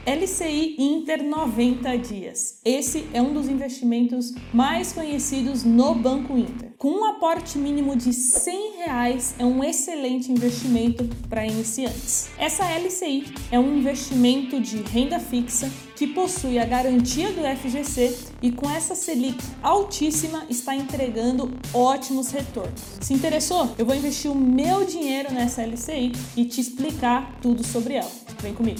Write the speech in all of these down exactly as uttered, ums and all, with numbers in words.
L C I Inter noventa dias. Esse é um dos investimentos mais conhecidos no Banco Inter. Com um aporte mínimo de cem reais, é um excelente investimento para iniciantes. Essa L C I é um investimento de renda fixa que possui a garantia do F G C e com essa Selic altíssima está entregando ótimos retornos. Se interessou? Eu vou investir o meu dinheiro nessa L C I e te explicar tudo sobre ela. Vem comigo!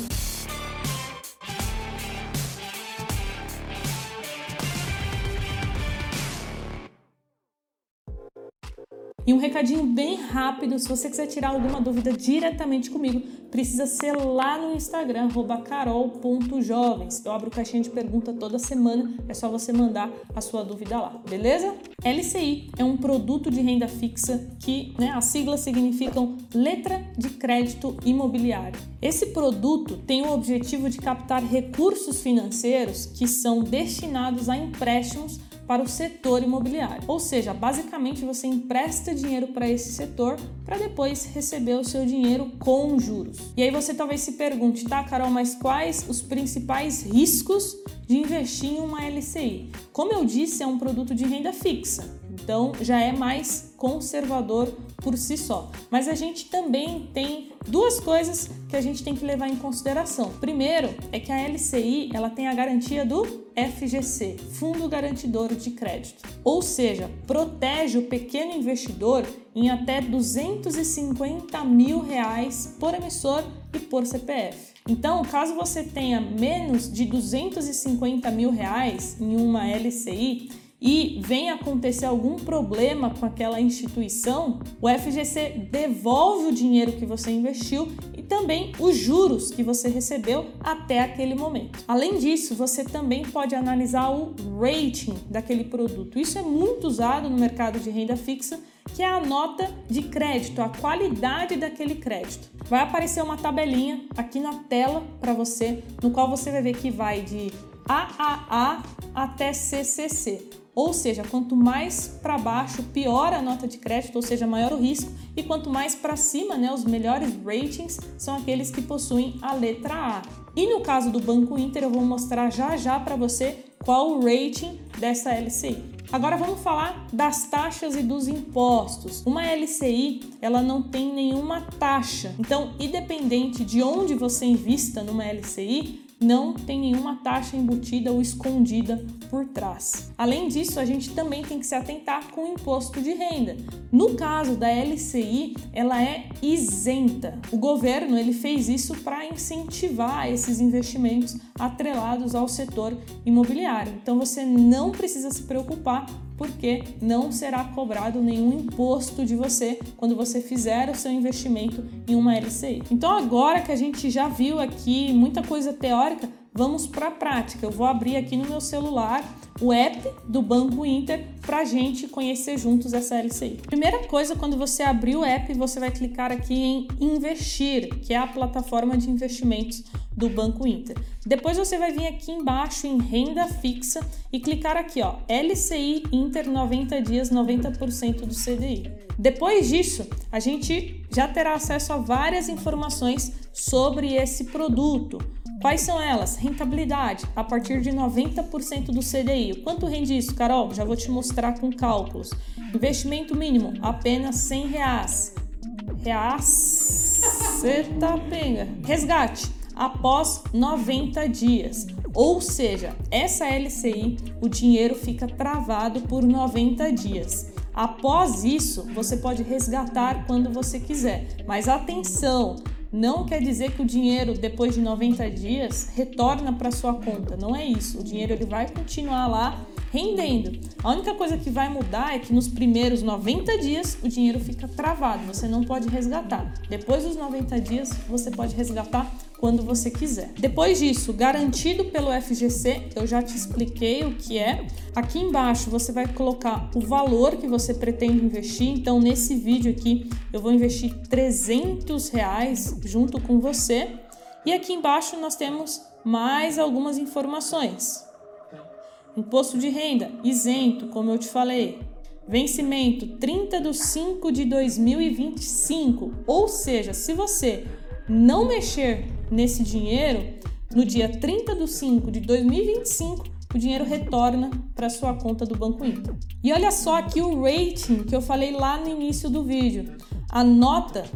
E um recadinho bem rápido, se você quiser tirar alguma dúvida diretamente comigo, precisa ser lá no Instagram, arroba carol ponto jovens. Eu abro caixinha de pergunta toda semana, é só você mandar a sua dúvida lá, beleza? L C I é um produto de renda fixa que, né, as siglas significam Letra de Crédito Imobiliário. Esse produto tem o objetivo de captar recursos financeiros que são destinados a empréstimos para o setor imobiliário. Ou seja, basicamente você empresta dinheiro para esse setor para depois receber o seu dinheiro com juros. E aí você talvez se pergunte, tá, Carol, mas quais os principais riscos de investir em uma L C I? Como eu disse, é um produto de renda fixa, então já é mais conservador por si só. Mas a gente também tem duas coisas que a gente tem que levar em consideração. Primeiro é que a L C I ela tem a garantia do F G C, Fundo Garantidor de Crédito, ou seja, protege o pequeno investidor em até duzentos e cinquenta mil reais por emissor e por C P F. Então, caso você tenha menos de duzentos e cinquenta mil reais em uma L C I e venha acontecer algum problema com aquela instituição, o F G C devolve o dinheiro que você investiu e também os juros que você recebeu até aquele momento. Além disso, você também pode analisar o rating daquele produto. Isso é muito usado no mercado de renda fixa, que é a nota de crédito, a qualidade daquele crédito. Vai aparecer uma tabelinha aqui na tela para você, no qual você vai ver que vai de A A A até C C C. Ou seja, quanto mais para baixo, pior a nota de crédito, ou seja, maior o risco, e quanto mais para cima, né, os melhores ratings são aqueles que possuem a letra A. E no caso do Banco Inter, eu vou mostrar já já para você qual o rating dessa L C I. Agora vamos falar das taxas e dos impostos. Uma L C I, ela não tem nenhuma taxa. Então, independente de onde você invista numa L C I, não tem nenhuma taxa embutida ou escondida por trás. Além disso, a gente também tem que se atentar com o imposto de renda. No caso da L C I, ela é isenta. O governo ele fez isso para incentivar esses investimentos atrelados ao setor imobiliário. Então você não precisa se preocupar porque não será cobrado nenhum imposto de você quando você fizer o seu investimento em uma L C I. Então agora que a gente já viu aqui muita coisa teórica, vamos para a prática. Eu vou abrir aqui no meu celular o app do Banco Inter para a gente conhecer juntos essa L C I. Primeira coisa, quando você abrir o app, você vai clicar aqui em Investir, que é a plataforma de investimentos do Banco Inter. Depois você vai vir aqui embaixo em Renda Fixa e clicar aqui, ó, L C I Inter noventa dias, noventa por cento do C D I. Depois disso, a gente já terá acesso a várias informações sobre esse produto. Quais são elas? Rentabilidade, a partir de noventa por cento do C D I. Quanto rende isso, Carol? Já vou te mostrar com cálculos. Investimento mínimo, apenas cem reais. Reais, ceta penga. Resgate, após noventa dias. Ou seja, essa L C I, o dinheiro fica travado por noventa dias. Após isso, você pode resgatar quando você quiser. Mas atenção! Não quer dizer que o dinheiro, depois de noventa dias, retorna para sua conta. Não é isso. O dinheiro ele vai continuar lá rendendo. A única coisa que vai mudar é que nos primeiros noventa dias o dinheiro fica travado. Você não pode resgatar. Depois dos noventa dias, você pode resgatar quando você quiser. Depois disso, garantido pelo F G C, eu já te expliquei o que é. Aqui embaixo você vai colocar o valor que você pretende investir. Então, nesse vídeo aqui, eu vou investir trezentos reais junto com você. E aqui embaixo nós temos mais algumas informações. Imposto de renda, isento, como eu te falei. Vencimento, trinta de cinco de dois mil e vinte e cinco. Ou seja, se você não mexer nesse dinheiro, no dia trinta de cinco de dois mil e vinte e cinco, o dinheiro retorna para sua conta do Banco Inter. E olha só aqui o rating que eu falei lá no início do vídeo. A nota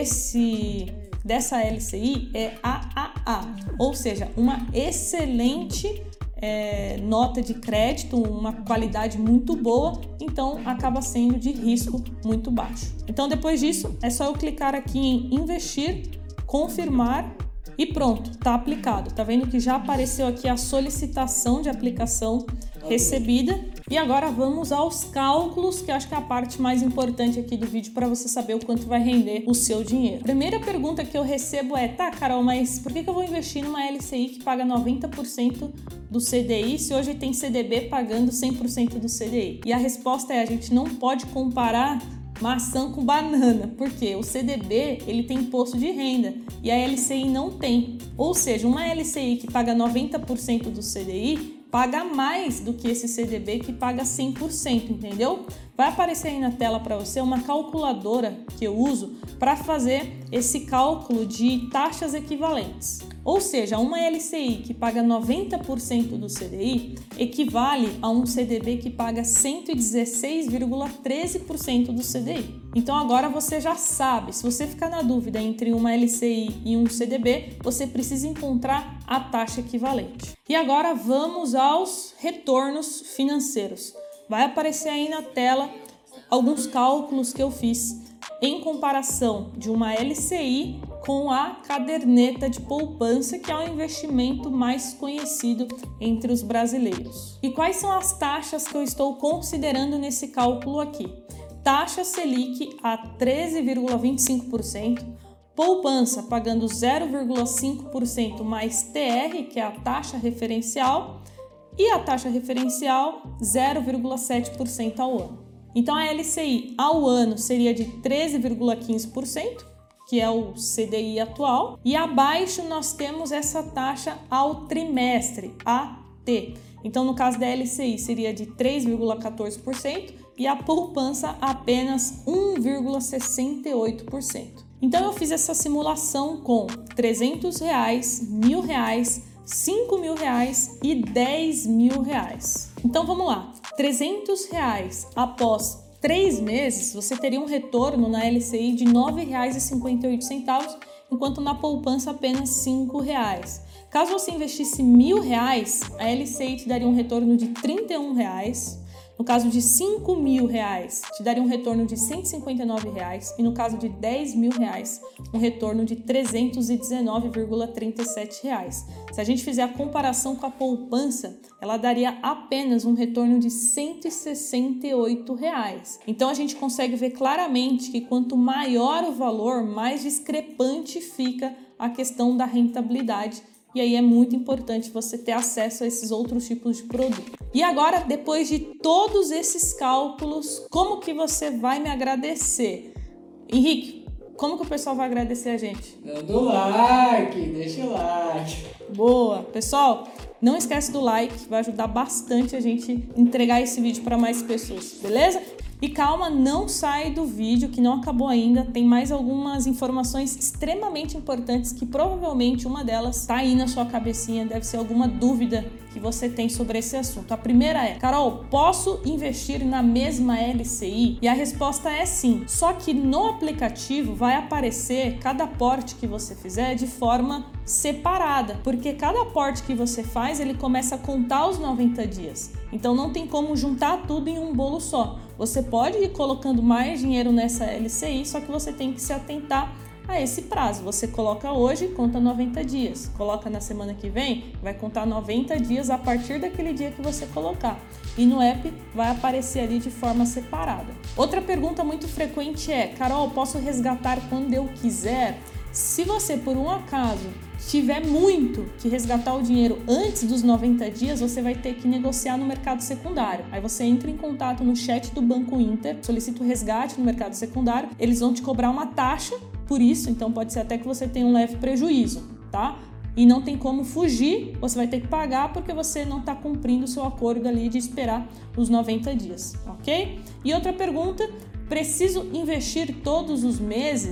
desse, dessa L C I é A A A, ou seja, uma excelente é, nota de crédito, uma qualidade muito boa, então acaba sendo de risco muito baixo. Então depois disso é só eu clicar aqui em investir, confirmar e pronto, tá aplicado. Tá vendo que já apareceu aqui a solicitação de aplicação recebida. E agora vamos aos cálculos, que acho que é a parte mais importante aqui do vídeo para você saber o quanto vai render o seu dinheiro. Primeira pergunta que eu recebo é: tá, Carol, mas por que que eu vou investir numa L C I que paga noventa por cento do C D I se hoje tem C D B pagando cem por cento do C D I? E a resposta é: a gente não pode comparar maçã com banana, porque o C D B ele tem imposto de renda e a L C I não tem. Ou seja, uma L C I que paga noventa por cento do C D I paga mais do que esse C D B que paga cem por cento, entendeu? Vai aparecer aí na tela para você uma calculadora que eu uso para fazer esse cálculo de taxas equivalentes. Ou seja, uma L C I que paga noventa por cento do C D I equivale a um C D B que paga cento e dezesseis vírgula treze por cento do C D I. Então agora você já sabe, se você ficar na dúvida entre uma L C I e um C D B, você precisa encontrar a taxa equivalente. E agora vamos aos retornos financeiros. Vai aparecer aí na tela alguns cálculos que eu fiz em comparação de uma L C I com a caderneta de poupança, que é o investimento mais conhecido entre os brasileiros. E quais são as taxas que eu estou considerando nesse cálculo aqui? Taxa Selic a treze vírgula vinte e cinco por cento, poupança pagando zero vírgula cinco por cento mais T R, que é a taxa referencial, e a taxa referencial zero vírgula sete por cento ao ano. Então a L C I ao ano seria de treze vírgula quinze por cento, que é o C D I atual, e abaixo nós temos essa taxa ao trimestre, A T. Então no caso da L C I seria de três vírgula quatorze por cento e a poupança apenas um vírgula sessenta e oito por cento. Então eu fiz essa simulação com trezentos reais, mil reais, cinco mil reais e dez mil reais. Então vamos lá, trezentos reais após três meses, você teria um retorno na L C I de nove reais e cinquenta e oito centavos, enquanto na poupança apenas cinco reais. Caso você investisse mil reais, a L C I te daria um retorno de trinta e um reais. No caso de cinco mil reais, te daria um retorno de cento e cinquenta e nove reais. E no caso de dez mil reais, um retorno de trezentos e dezenove vírgula trinta e sete reais. Se a gente fizer a comparação com a poupança, ela daria apenas um retorno de cento e sessenta e oito reais. Então a gente consegue ver claramente que quanto maior o valor, mais discrepante fica a questão da rentabilidade. E aí é muito importante você ter acesso a esses outros tipos de produto. E agora, depois de todos esses cálculos, como que você vai me agradecer? Henrique, como que o pessoal vai agradecer a gente? Dando like, deixa o like. Boa! Pessoal, não esquece do like, vai ajudar bastante a gente entregar esse vídeo para mais pessoas, beleza? E calma, não sai do vídeo que não acabou ainda, tem mais algumas informações extremamente importantes que provavelmente uma delas está aí na sua cabecinha, deve ser alguma dúvida que você tem sobre esse assunto. A primeira é: Carol, posso investir na mesma L C I? E a resposta é sim, só que no aplicativo vai aparecer cada aporte que você fizer de forma separada, porque cada aporte que você faz, ele começa a contar os noventa dias. Então não tem como juntar tudo em um bolo só. Você pode ir colocando mais dinheiro nessa L C I, só que você tem que se atentar a esse prazo. Você coloca hoje, conta noventa dias. Coloca na semana que vem, vai contar noventa dias a partir daquele dia que você colocar. E no app vai aparecer ali de forma separada. Outra pergunta muito frequente é: Carol, posso resgatar quando eu quiser? Se você, por um acaso, tiver muito que resgatar o dinheiro antes dos noventa dias, você vai ter que negociar no mercado secundário. Aí você entra em contato no chat do Banco Inter, solicita o resgate no mercado secundário, eles vão te cobrar uma taxa por isso, então pode ser até que você tenha um leve prejuízo, tá? E não tem como fugir, você vai ter que pagar porque você não está cumprindo o seu acordo ali de esperar os noventa dias, ok? E outra pergunta: preciso investir todos os meses?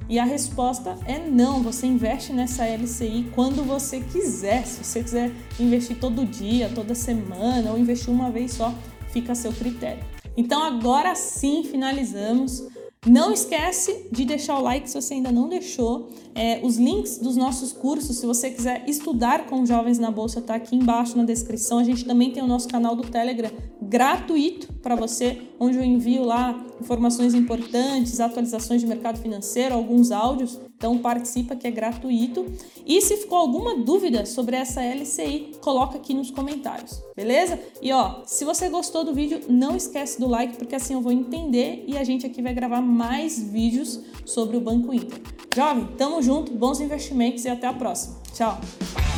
E a resposta é não, você investe nessa L C I quando você quiser. Se você quiser investir todo dia, toda semana ou investir uma vez só, fica a seu critério. Então agora sim finalizamos. Não esquece de deixar o like se você ainda não deixou. É, os links dos nossos cursos, se você quiser estudar com Jovens na Bolsa, tá aqui embaixo na descrição. A gente também tem o nosso canal do Telegram gratuito para você, onde eu envio lá informações importantes, atualizações de mercado financeiro, alguns áudios. Então participa, que é gratuito. E se ficou alguma dúvida sobre essa L C I, coloca aqui nos comentários, beleza? E ó, se você gostou do vídeo, não esquece do like, porque assim eu vou entender e a gente aqui vai gravar mais vídeos sobre o Banco Inter. Jovem, tamo junto, bons investimentos e até a próxima. Tchau!